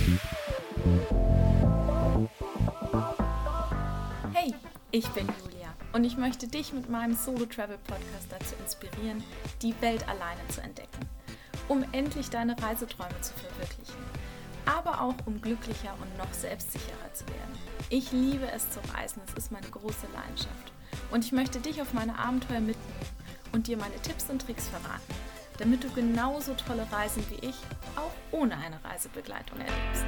Hey, ich bin Julia und ich möchte dich mit meinem Solo-Travel-Podcast dazu inspirieren, die Welt alleine zu entdecken, um endlich deine Reiseträume zu verwirklichen, aber auch um glücklicher und noch selbstsicherer zu werden. Ich liebe es zu reisen, es ist meine große Leidenschaft und ich möchte dich auf meine Abenteuer mitnehmen und dir meine Tipps und Tricks verraten, damit du genauso tolle Reisen wie ich auch ohne eine Reisebegleitung erlebst.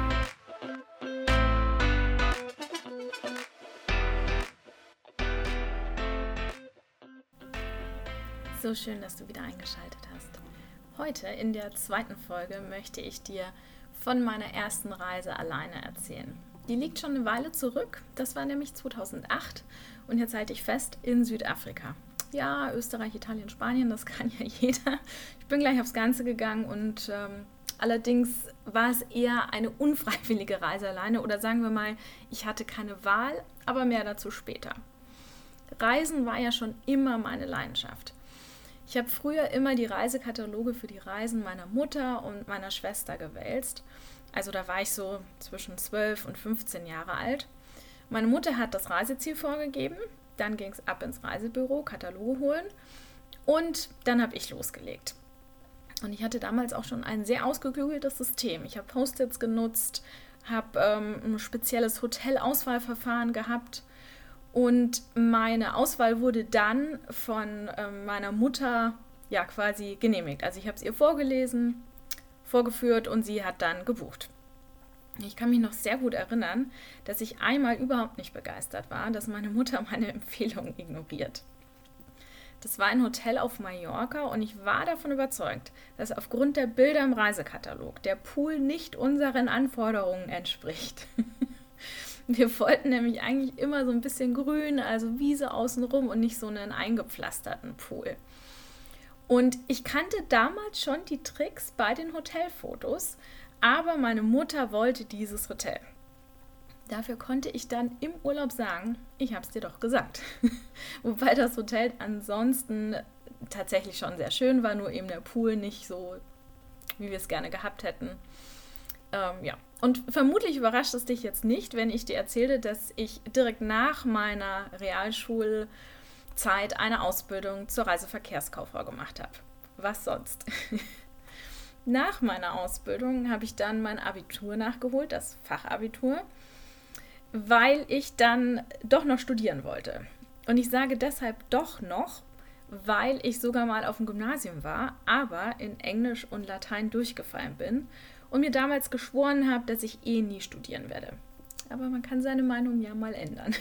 So schön, dass du wieder eingeschaltet hast. Heute in der zweiten Folge möchte ich dir von meiner ersten Reise alleine erzählen. Die liegt schon eine Weile zurück, das war nämlich 2008 und jetzt halte ich fest in Südafrika. Ja, Österreich, Italien, Spanien, das kann ja jeder. Ich bin gleich aufs Ganze gegangen und allerdings war es eher eine unfreiwillige Reise alleine oder sagen wir mal, ich hatte keine Wahl, aber mehr dazu später. Reisen war ja schon immer meine Leidenschaft. Ich habe früher immer die Reisekataloge für die Reisen meiner Mutter und meiner Schwester gewälzt. Also da war ich so zwischen 12 und 15 Jahre alt. Meine Mutter hat das Reiseziel vorgegeben, dann ging es ab ins Reisebüro, Kataloge holen und dann habe ich losgelegt. Und ich hatte damals auch schon ein sehr ausgeklügeltes System. Ich habe Post-its genutzt, habe ein spezielles Hotelauswahlverfahren gehabt. Und meine Auswahl wurde dann von meiner Mutter ja quasi genehmigt. Also ich habe es ihr vorgelesen, vorgeführt und sie hat dann gebucht. Ich kann mich noch sehr gut erinnern, dass ich einmal überhaupt nicht begeistert war, dass meine Mutter meine Empfehlung ignoriert. Das war ein Hotel auf Mallorca und ich war davon überzeugt, dass aufgrund der Bilder im Reisekatalog der Pool nicht unseren Anforderungen entspricht. Wir wollten nämlich eigentlich immer so ein bisschen grün, also Wiese außenrum und nicht so einen eingepflasterten Pool. Und ich kannte damals schon die Tricks bei den Hotelfotos, aber meine Mutter wollte dieses Hotel. Dafür konnte ich dann im Urlaub sagen, ich habe es dir doch gesagt. Wobei das Hotel ansonsten tatsächlich schon sehr schön war, nur eben der Pool nicht so, wie wir es gerne gehabt hätten. Ja. Und vermutlich überrascht es dich jetzt nicht, wenn ich dir erzähle, dass ich direkt nach meiner Realschulzeit eine Ausbildung zur Reiseverkehrskauffrau gemacht habe. Was sonst? Nach meiner Ausbildung habe ich dann mein Abitur nachgeholt, das Fachabitur, weil ich dann doch noch studieren wollte. Und ich sage deshalb doch noch, weil ich sogar mal auf dem Gymnasium war, aber in Englisch und Latein durchgefallen bin und mir damals geschworen habe, dass ich nie studieren werde. Aber man kann seine Meinung ja mal ändern.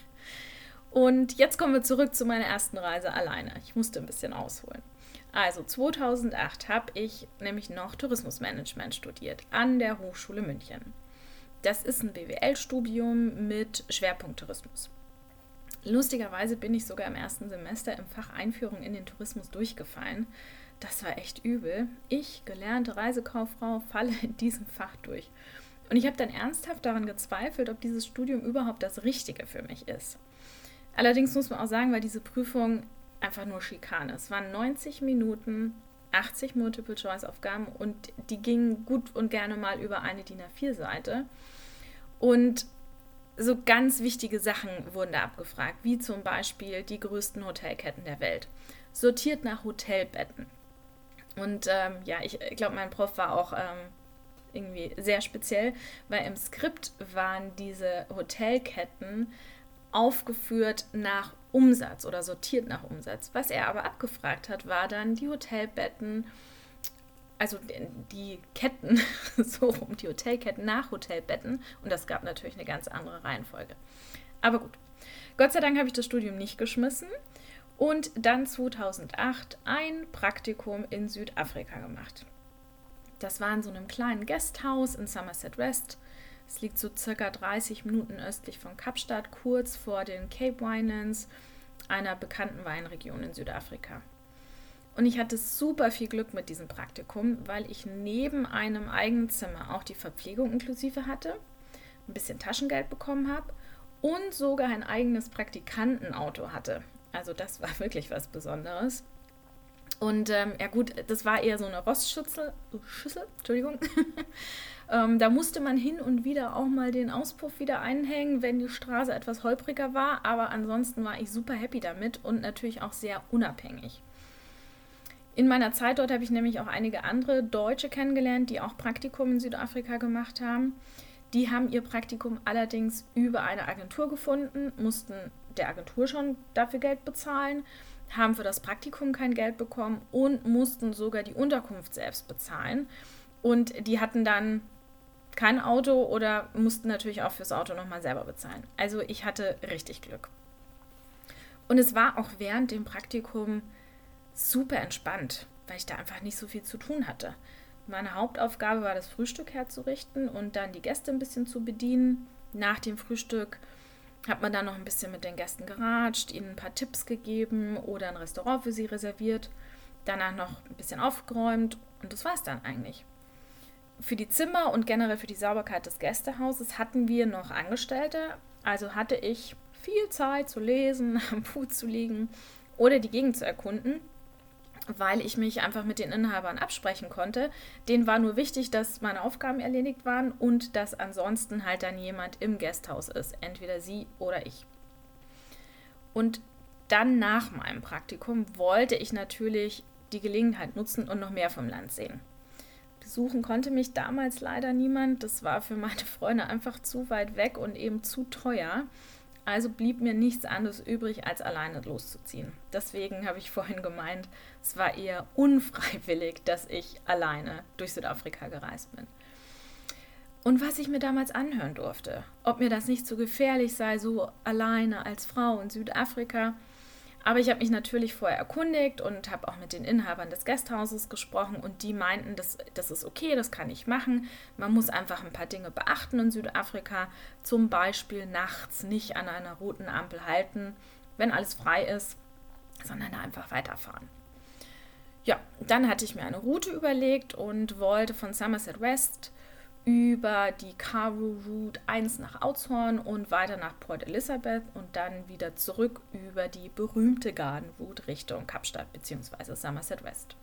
Und jetzt kommen wir zurück zu meiner ersten Reise alleine. Ich musste ein bisschen ausholen. Also 2008 habe ich nämlich noch Tourismusmanagement studiert an der Hochschule München. Das ist ein BWL-Studium mit Schwerpunkt Tourismus. Lustigerweise bin ich sogar im ersten Semester im Fach Einführung in den Tourismus durchgefallen. Das war echt übel. Ich, gelernte Reisekauffrau, falle in diesem Fach durch. Und ich habe dann ernsthaft daran gezweifelt, ob dieses Studium überhaupt das Richtige für mich ist. Allerdings muss man auch sagen, weil diese Prüfung einfach nur Schikane. Es waren 90 Minuten, 80 Multiple-Choice-Aufgaben und die gingen gut und gerne mal über eine DIN A4-Seite. Und so ganz wichtige Sachen wurden da abgefragt, wie zum Beispiel die größten Hotelketten der Welt, sortiert nach Hotelbetten. Und ich glaube, mein Prof war auch irgendwie sehr speziell, weil im Skript waren diese Hotelketten aufgeführt nach Umsatz oder sortiert nach Umsatz. Was er aber abgefragt hat, war dann die Hotelbetten, also die Ketten, so rum, die Hotelketten nach Hotelbetten. Und das gab natürlich eine ganz andere Reihenfolge. Aber gut, Gott sei Dank habe ich das Studium nicht geschmissen und dann 2008 ein Praktikum in Südafrika gemacht. Das war in so einem kleinen Gasthaus in Somerset West. Es liegt so circa 30 Minuten östlich von Kapstadt, kurz vor den Cape Winelands, einer bekannten Weinregion in Südafrika. Und ich hatte super viel Glück mit diesem Praktikum, weil ich neben einem eigenen Zimmer auch die Verpflegung inklusive hatte, ein bisschen Taschengeld bekommen habe und sogar ein eigenes Praktikantenauto hatte. Also das war wirklich was Besonderes. Und ja gut, das war eher so eine Schüssel, Entschuldigung. Da musste man hin und wieder auch mal den Auspuff wieder einhängen, wenn die Straße etwas holpriger war. Aber ansonsten war ich super happy damit und natürlich auch sehr unabhängig. In meiner Zeit dort habe ich nämlich auch einige andere Deutsche kennengelernt, die auch Praktikum in Südafrika gemacht haben. Die haben ihr Praktikum allerdings über eine Agentur gefunden, mussten der Agentur schon dafür Geld bezahlen, haben für das Praktikum kein Geld bekommen und mussten sogar die Unterkunft selbst bezahlen. Und die hatten dann kein Auto oder mussten natürlich auch fürs Auto nochmal selber bezahlen. Also ich hatte richtig Glück. Und es war auch während dem Praktikum super entspannt, weil ich da einfach nicht so viel zu tun hatte. Meine Hauptaufgabe war, das Frühstück herzurichten und dann die Gäste ein bisschen zu bedienen. Nach dem Frühstück hat man dann noch ein bisschen mit den Gästen geratscht, ihnen ein paar Tipps gegeben oder ein Restaurant für sie reserviert. Danach noch ein bisschen aufgeräumt und das war es dann eigentlich. Für die Zimmer und generell für die Sauberkeit des Gästehauses hatten wir noch Angestellte. Also hatte ich viel Zeit zu lesen, am Pool zu liegen oder die Gegend zu erkunden, weil ich mich einfach mit den Inhabern absprechen konnte. Denen war nur wichtig, dass meine Aufgaben erledigt waren und dass ansonsten halt dann jemand im Gasthaus ist, entweder sie oder ich. Und dann nach meinem Praktikum wollte ich natürlich die Gelegenheit nutzen und noch mehr vom Land sehen. Besuchen konnte mich damals leider niemand. Das war für meine Freunde einfach zu weit weg und eben zu teuer. Also blieb mir nichts anderes übrig, als alleine loszuziehen. Deswegen habe ich vorhin gemeint, es war eher unfreiwillig, dass ich alleine durch Südafrika gereist bin. Und was ich mir damals anhören durfte, ob mir das nicht zu gefährlich sei, so alleine als Frau in Südafrika. Aber ich habe mich natürlich vorher erkundigt und habe auch mit den Inhabern des Gasthauses gesprochen und die meinten, das ist okay, das kann ich machen. Man muss einfach ein paar Dinge beachten in Südafrika, zum Beispiel nachts nicht an einer roten Ampel halten, wenn alles frei ist, sondern da einfach weiterfahren. Ja, dann hatte ich mir eine Route überlegt und wollte von Somerset West über die Karoo Route 1 nach Oudtshoorn und weiter nach Port Elizabeth und dann wieder zurück über die berühmte Garden Route Richtung Kapstadt bzw. Somerset West.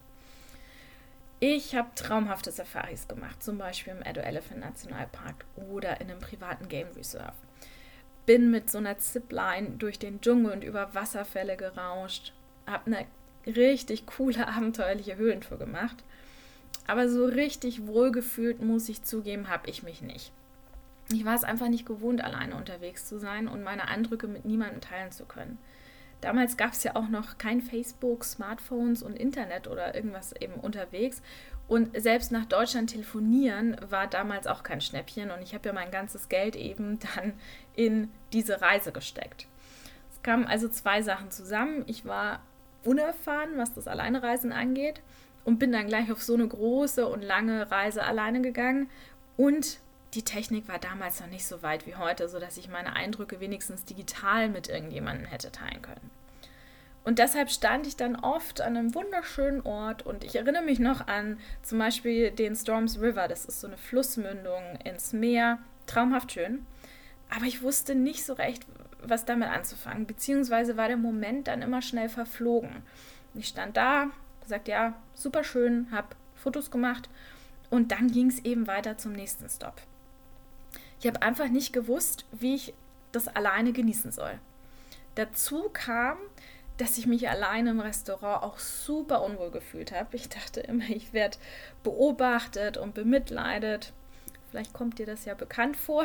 Ich habe traumhafte Safaris gemacht, zum Beispiel im Addo Elephant Nationalpark oder in einem privaten Game Reserve. Bin mit so einer Zipline durch den Dschungel und über Wasserfälle gerauscht, habe eine richtig coole, abenteuerliche Höhlentour gemacht. Aber so richtig wohlgefühlt, muss ich zugeben, habe ich mich nicht. Ich war es einfach nicht gewohnt, alleine unterwegs zu sein und meine Eindrücke mit niemandem teilen zu können. Damals gab es ja auch noch kein Facebook, Smartphones und Internet oder irgendwas eben unterwegs. Und selbst nach Deutschland telefonieren war damals auch kein Schnäppchen. Und ich habe ja mein ganzes Geld eben dann in diese Reise gesteckt. Es kamen also zwei Sachen zusammen. Ich war unerfahren, was das Alleinereisen angeht. Und bin dann gleich auf so eine große und lange Reise alleine gegangen. Und die Technik war damals noch nicht so weit wie heute, sodass ich meine Eindrücke wenigstens digital mit irgendjemandem hätte teilen können. Und deshalb stand ich dann oft an einem wunderschönen Ort und ich erinnere mich noch an zum Beispiel den Storms River. Das ist so eine Flussmündung ins Meer. Traumhaft schön. Aber ich wusste nicht so recht, was damit anzufangen. Beziehungsweise war der Moment dann immer schnell verflogen. Ich stand da, gesagt, ja, super schön, habe Fotos gemacht und dann ging es eben weiter zum nächsten Stopp. Ich habe einfach nicht gewusst, wie ich das alleine genießen soll. Dazu kam, dass ich mich alleine im Restaurant auch super unwohl gefühlt habe. Ich dachte immer, ich werde beobachtet und bemitleidet. Vielleicht kommt dir das ja bekannt vor.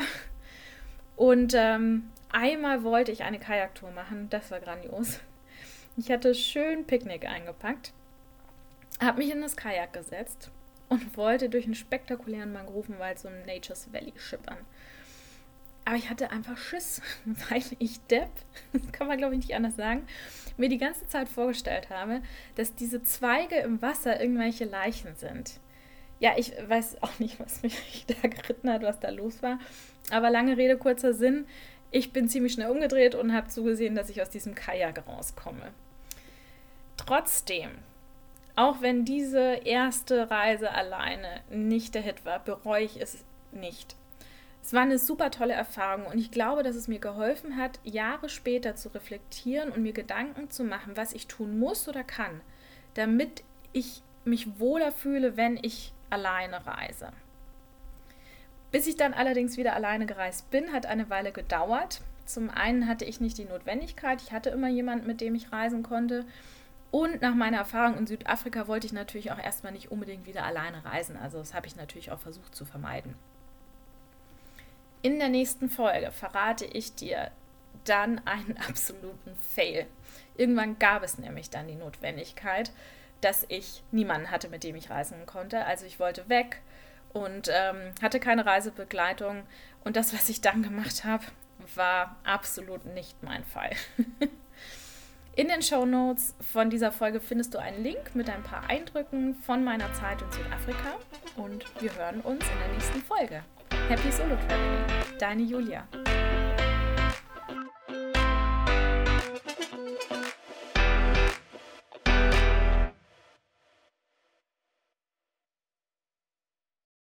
Und einmal wollte ich eine Kajaktour machen, das war grandios. Ich hatte schön Picknick eingepackt, habe mich in das Kajak gesetzt und wollte durch einen spektakulären Mangrovenwald so im Nature's Valley schippern. Aber ich hatte einfach Schiss, weil ich Depp, das kann man glaube ich nicht anders sagen, mir die ganze Zeit vorgestellt habe, dass diese Zweige im Wasser irgendwelche Leichen sind. Ja, ich weiß auch nicht, was mich da geritten hat, was da los war. Aber lange Rede, kurzer Sinn, ich bin ziemlich schnell umgedreht und habe zugesehen, dass ich aus diesem Kajak rauskomme. Trotzdem, auch wenn diese erste Reise alleine nicht der Hit war, bereue ich es nicht. Es war eine super tolle Erfahrung und ich glaube, dass es mir geholfen hat, Jahre später zu reflektieren und mir Gedanken zu machen, was ich tun muss oder kann, damit ich mich wohler fühle, wenn ich alleine reise. Bis ich dann allerdings wieder alleine gereist bin, hat eine Weile gedauert. Zum einen hatte ich nicht die Notwendigkeit, ich hatte immer jemanden, mit dem ich reisen konnte. Und nach meiner Erfahrung in Südafrika wollte ich natürlich auch erstmal nicht unbedingt wieder alleine reisen. Also das habe ich natürlich auch versucht zu vermeiden. In der nächsten Folge verrate ich dir dann einen absoluten Fail. Irgendwann gab es nämlich dann die Notwendigkeit, dass ich niemanden hatte, mit dem ich reisen konnte. Also ich wollte weg und hatte keine Reisebegleitung. Und das, was ich dann gemacht habe, war absolut nicht mein Fall. In den Shownotes von dieser Folge findest du einen Link mit ein paar Eindrücken von meiner Zeit in Südafrika. Und wir hören uns in der nächsten Folge. Happy Solo Traveling, deine Julia.